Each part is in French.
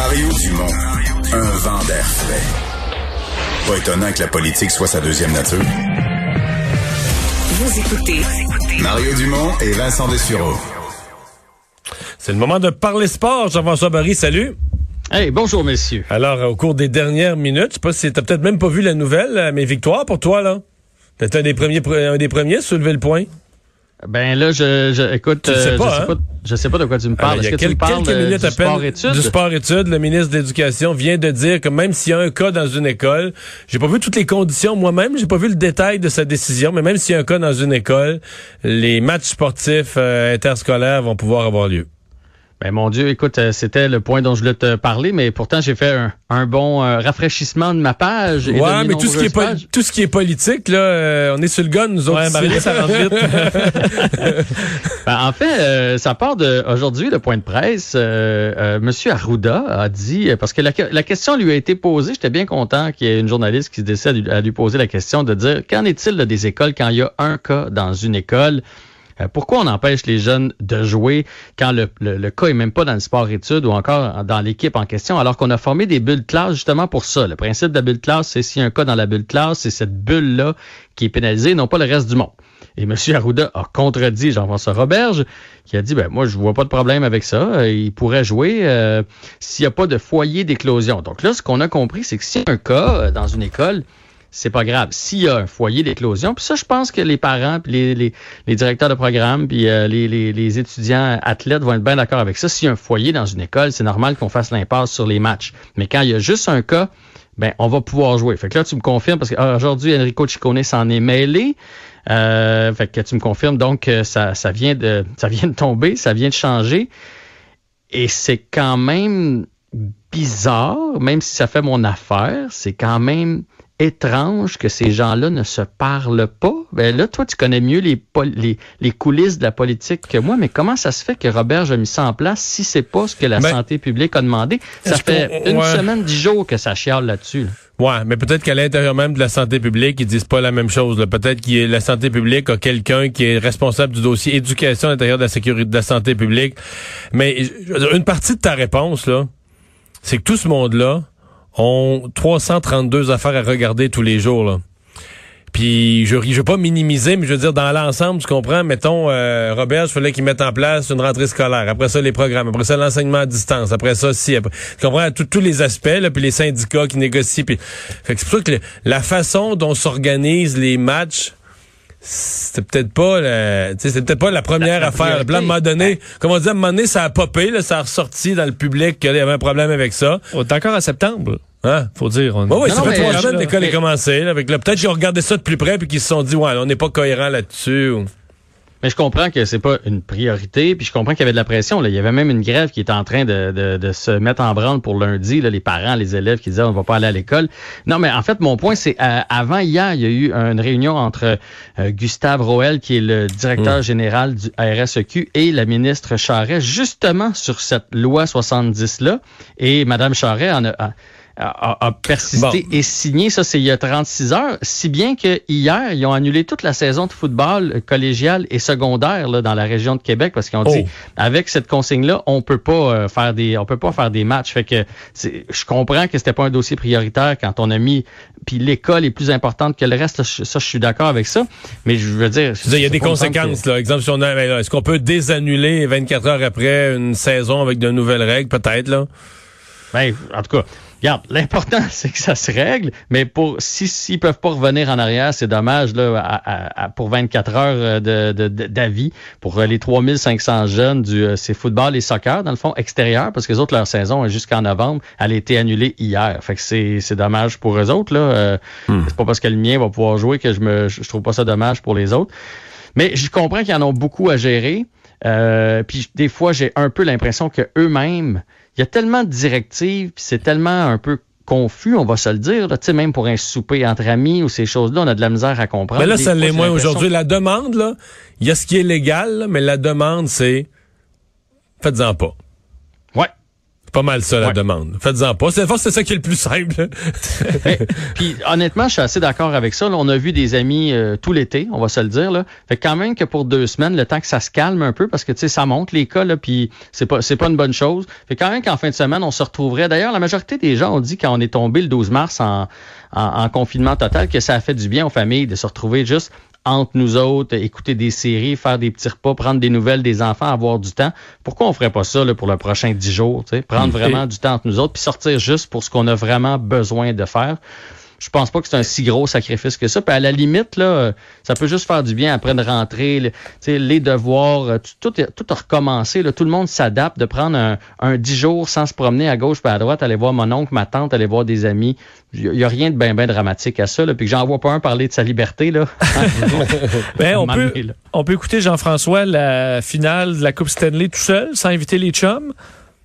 Mario Dumont, un vent d'air frais. Pas étonnant que la politique soit sa deuxième nature. Vous écoutez Mario Dumont et Vincent Dessureau. C'est le moment de parler sport. Jean-François Barry, salut. Hey, bonjour messieurs. Alors, au cours des dernières minutes, je sais pas si t'as peut-être même pas vu la nouvelle, mais victoire pour toi, là. Peut-être un des premiers à soulever le point. Ben là, écoute, je sais pas de quoi tu me parles. Est-ce que tu me parles du sport-études? Du sport-études. Le ministre de l'Éducation vient de dire que même s'il y a un cas dans une école, j'ai pas vu toutes les conditions moi-même, j'ai pas vu le détail de sa décision, mais même s'il y a un cas dans une école, les matchs sportifs interscolaires vont pouvoir avoir lieu. Ben mon Dieu, écoute, c'était le point dont je voulais te parler, mais pourtant j'ai fait un bon rafraîchissement de ma page. Ouais, mais tout ce qui est politique, là, on est sur le gun, nous autres. Ouais, Marie, ça rentre vite. En fait, ça part de aujourd'hui, le point de presse. Monsieur Arruda a dit, parce que la question lui a été posée, j'étais bien content qu'il y ait une journaliste qui décide à lui poser la question de dire, qu'en est-il là, des écoles quand il y a un cas dans une école? Pourquoi on empêche les jeunes de jouer quand le cas est même pas dans le sport-études ou encore dans l'équipe en question, alors qu'on a formé des bulles de classe justement pour ça. Le principe de la bulle de classe, c'est s'il y a un cas dans la bulle de classe, c'est cette bulle-là qui est pénalisée, non pas le reste du monde. Et M. Arruda a contredit Jean-François Roberge, qui a dit, moi, je vois pas de problème avec ça. Il pourrait jouer s'il n'y a pas de foyer d'éclosion. Donc là, ce qu'on a compris, c'est que s'il y a un cas dans une école, c'est pas grave. S'il y a un foyer d'éclosion, puis ça, je pense que les parents, puis les directeurs de programme, puis les étudiants athlètes vont être bien d'accord avec ça. S'il y a un foyer dans une école, c'est normal qu'on fasse l'impasse sur les matchs. Mais quand il y a juste un cas, on va pouvoir jouer. Fait que là, tu me confirmes, parce qu'aujourd'hui, Enrico Ciccone s'en est mêlé. Fait que tu me confirmes donc que ça vient de tomber, ça vient de changer. Et c'est quand même bizarre, même si ça fait mon affaire, c'est quand même étrange que ces gens-là ne se parlent pas. Ben là, toi, tu connais mieux les coulisses de la politique que moi, mais comment ça se fait que Roberge a mis ça en place si c'est pas ce que la santé publique a demandé? Ça fait une semaine, 10 jours que ça chiale là-dessus. Ouais, mais peut-être qu'à l'intérieur même de la santé publique, ils disent pas la même chose. Là. Peut-être que la santé publique a quelqu'un qui est responsable du dossier éducation à l'intérieur de la sécurité de la santé publique. Mais une partie de ta réponse, là, c'est que tout ce monde-là ont 332 affaires à regarder tous les jours, là. Puis je veux pas minimiser, mais je veux dire, dans l'ensemble, tu comprends, mettons, Robert, il fallait qu'il mette en place une rentrée scolaire, après ça, les programmes, après ça, l'enseignement à distance, après ça, tu comprends, tous les aspects, là, puis les syndicats qui négocient, puis fait que c'est pour ça que la façon dont s'organisent les matchs, c'était peut-être pas la première affaire. Puis là, à un moment donné, comme on dit, à un moment donné, ça a popé, là, ça a ressorti dans le public qu'il y avait un problème avec ça. On est encore en septembre. Hein? Faut dire. Oui, ça fait 3 semaines que l'école est commencée. Peut-être qu'ils ont regardé ça de plus près puis qu'ils se sont dit, ouais, on n'est pas cohérent là-dessus. Mais je comprends que c'est pas une priorité, puis je comprends qu'il y avait de la pression. Là. Il y avait même une grève qui était en train de se mettre en branle pour lundi. Là, les parents, les élèves qui disaient on va pas aller à l'école. Non, mais en fait, mon point, c'est avant hier, il y a eu une réunion entre Gustave Roel, qui est le directeur général du RSEQ, et la ministre Charest, justement sur cette loi 70-là. Et Mme Charest a persisté et signé, ça c'est il y a 36 heures, si bien que hier, ils ont annulé toute la saison de football collégial et secondaire là, dans la région de Québec parce qu'ils ont dit avec cette consigne-là, on peut pas faire des matchs. Fait que je comprends que c'était pas un dossier prioritaire quand on a mis puis l'école est plus importante que le reste, ça je suis d'accord avec ça, mais je veux dire il y a des conséquences là. Exemple, si on a est-ce qu'on peut désannuler 24 heures après une saison avec de nouvelles règles peut-être là? Ben, en tout cas, regarde, l'important, c'est que ça se règle, mais s'ils peuvent pas revenir en arrière, c'est dommage, là, pour 24 heures d'avis, pour les 3500 jeunes c'est football et soccer, dans le fond, extérieur, parce que les autres, leur saison est jusqu'en novembre, elle a été annulée hier. Fait que c'est dommage pour eux autres, là. C'est pas parce que le mien va pouvoir jouer que je trouve pas ça dommage pour les autres. Mais je comprends qu'ils en ont beaucoup à gérer. Puis des fois, j'ai un peu l'impression que eux-mêmes, il y a tellement de directives, puis c'est tellement un peu confus, on va se le dire, tu sais, même pour un souper entre amis ou ces choses-là, on a de la misère à comprendre. Mais là, ça l'est moins aujourd'hui. La demande, là, il y a ce qui est légal, là, mais la demande, c'est faites-en pas. Ouais. Pas mal ça, la demande. Faites-en pas. C'est ça qui est le plus simple. Puis honnêtement, je suis assez d'accord avec ça. Là, on a vu des amis tout l'été, on va se le dire. Là. Fait quand même que pour 2 semaines, le temps que ça se calme un peu, parce que tu sais, ça monte les cas, là, puis c'est pas une bonne chose. Fait quand même qu'en fin de semaine, on se retrouverait. D'ailleurs, la majorité des gens ont dit quand on est tombé le 12 mars en confinement total que ça a fait du bien aux familles de se retrouver juste entre nous autres, écouter des séries, faire des petits repas, prendre des nouvelles des enfants, avoir du temps. Pourquoi on ferait pas ça là, pour le prochain 10 jours? Prendre vraiment du temps entre nous autres, puis sortir juste pour ce qu'on a vraiment besoin de faire. Je pense pas que c'est un si gros sacrifice que ça. Puis à la limite, là, ça peut juste faire du bien après de rentrer, les devoirs, tout a recommencé. Là, tout le monde s'adapte de prendre un 10 jours sans se promener à gauche puis à droite, aller voir mon oncle, ma tante, aller voir des amis. Il y a rien de bien dramatique à ça. Là, puis que j'en vois pas un parler de sa liberté. Là. Ben, on peut écouter Jean-François la finale de la Coupe Stanley tout seul, sans inviter les chums?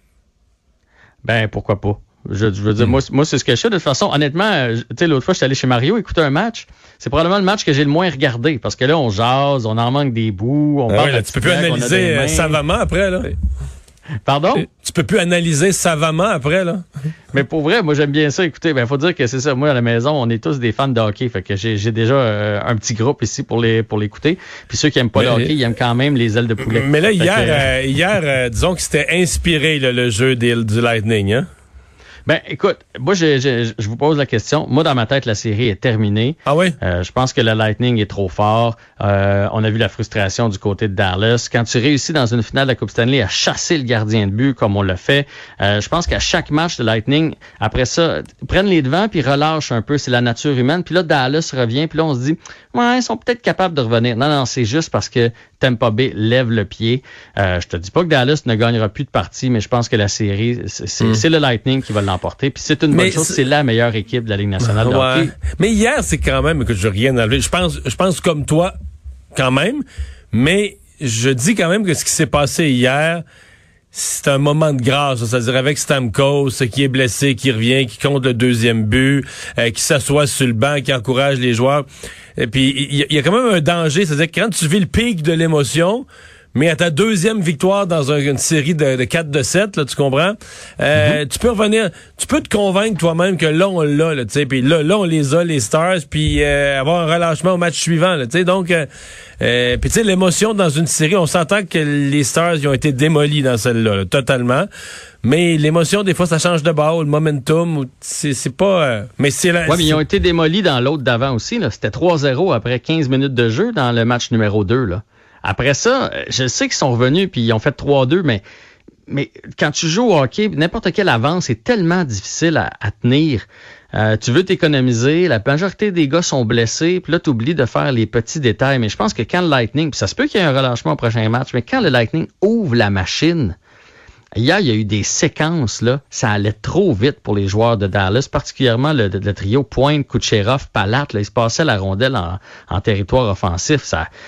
Ben, pourquoi pas? Je veux dire, moi, c'est ce que je fais. De toute façon, honnêtement, tu sais, l'autre fois, j'étais allé chez Mario écouter un match. C'est probablement le match que j'ai le moins regardé. Parce que là, on jase, on en manque des bouts, on parle. Là, tu peux plus analyser savamment après, là. Pardon? Tu peux plus analyser savamment après, là. Mais pour vrai, moi, j'aime bien ça. Écoutez, ben, faut dire que c'est ça. Moi, à la maison, on est tous des fans de hockey. Fait que j'ai déjà un petit groupe ici pour l'écouter. Puis ceux qui aiment pas le hockey, ils aiment quand même les ailes de poulet. Mais là, hier, disons que c'était inspiré, là, le jeu du Lightning, hein? Ben, écoute, moi, je vous pose la question. Moi, dans ma tête, la série est terminée. Ah oui? Je pense que le Lightning est trop fort. On a vu la frustration du côté de Dallas. Quand tu réussis dans une finale de la Coupe Stanley à chasser le gardien de but comme on l'a fait, je pense qu'à chaque match de Lightning, après ça, prennent les devants puis relâchent un peu. C'est la nature humaine. Puis là, Dallas revient. Puis là, on se dit, ouais, ils sont peut-être capables de revenir. Non, c'est juste parce que Tampa Bay lève le pied. Je te dis pas que Dallas ne gagnera plus de partie, mais je pense que la série, c'est le Lightning qui va l'emporter. Puis c'est une bonne chose, c'est la meilleure équipe de la Ligue nationale de hockey. Mais hier, c'est quand même, écoute, je veux rien enlever. Je pense comme toi, quand même, mais je dis quand même que ce qui s'est passé hier, c'est un moment de grâce, c'est-à-dire avec Stamkos, qui est blessé, qui revient, qui compte le 2e but, qui s'assoit sur le banc, qui encourage les joueurs. Et puis, il y a quand même un danger, c'est-à-dire que quand tu vis le pic de l'émotion, mais à ta 2e victoire dans une série de 4-7, là, tu comprends? Tu peux revenir, tu peux te convaincre toi-même que là, on l'a, là, tu sais, puis là, on les a, les Stars, puis avoir un relâchement au match suivant, là, tu sais, donc, puis tu sais, l'émotion dans une série, on s'entend que les Stars, ils ont été démolis dans celle-là, là, totalement, mais l'émotion, des fois, ça change de bord, le momentum, c'est pas, mais c'est là. Ouais, mais ils ont été démolis dans l'autre d'avant aussi, là, c'était 3-0 après 15 minutes de jeu dans le match numéro 2, là. Après ça, je sais qu'ils sont revenus puis ils ont fait 3-2, mais quand tu joues au hockey, n'importe quelle avance est tellement difficile à tenir. Tu veux t'économiser, la majorité des gars sont blessés, puis là, tu oublies de faire les petits détails. Mais je pense que quand le Lightning, puis ça se peut qu'il y ait un relâchement au prochain match, mais quand le Lightning ouvre la machine, hier, il y a eu des séquences, là, ça allait trop vite pour les joueurs de Dallas, particulièrement le trio Pointe, Kucherov, Palat, là, ils se passaient la rondelle en territoire offensif,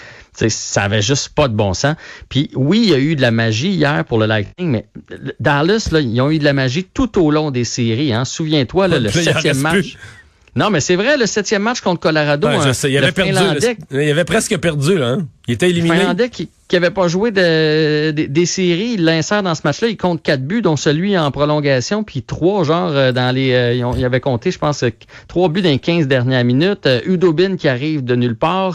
ça avait juste pas de bon sens. Puis oui, il y a eu de la magie hier pour le Lightning, mais Dallas, là, ils ont eu de la magie tout au long des séries. Hein. Souviens-toi, là, le 7e match. Non, mais c'est vrai, le 7e match contre Colorado. Ouais, je sais, il avait perdu. Il avait presque perdu, là. Hein? Il était éliminé. Le Finlandais qui avait pas joué des séries, il l'insère dans ce match-là. Il compte 4 buts, dont celui en prolongation, puis 3, genre, dans les... il avait compté, je pense, 3 buts dans les 15 dernières minutes. Udobin qui arrive de nulle part.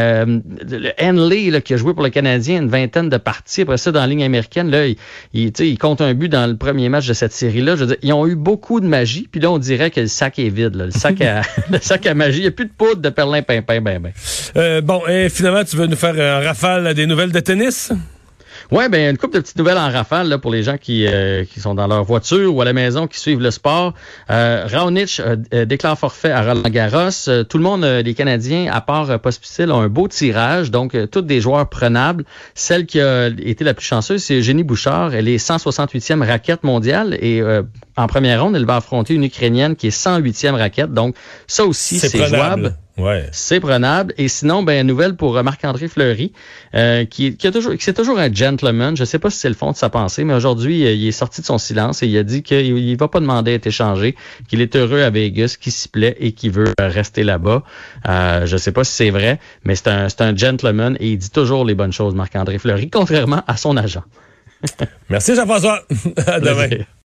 Le Henley, là, qui a joué pour le Canadien une vingtaine de parties. Après ça, dans la ligne américaine, là, il compte un but dans le premier match de cette série-là. Je veux dire, ils ont eu beaucoup de magie, puis là, on dirait que le sac est vide, là. Le sac à magie. Il n'y a plus de poudre de perlimpinpin, ben. Bon, et finalement, tu veux nous faire un rafale des nouvelles de tennis? Ouais, ben une couple de petites nouvelles en rafale là, pour les gens qui sont dans leur voiture ou à la maison qui suivent le sport. Raonic déclare forfait à Roland-Garros. Tout le monde, les Canadiens, à part Pospisil, ont un beau tirage, donc tous des joueurs prenables. Celle qui a été la plus chanceuse, c'est Eugénie Bouchard. Elle est 168e raquette mondiale et en première ronde, elle va affronter une Ukrainienne qui est 108e raquette. Donc ça aussi, c'est jouable. Ouais. C'est prenable. Et sinon, ben, nouvelle pour Marc-André Fleury, qui c'est toujours un gentleman. Je sais pas si c'est le fond de sa pensée, mais aujourd'hui, il est sorti de son silence et il a dit qu'il va pas demander à être échangé, qu'il est heureux à Vegas, qu'il s'y plaît et qu'il veut rester là-bas. Je sais pas si c'est vrai, mais c'est un gentleman et il dit toujours les bonnes choses, Marc-André Fleury, contrairement à son agent. Merci Jean-François. À demain.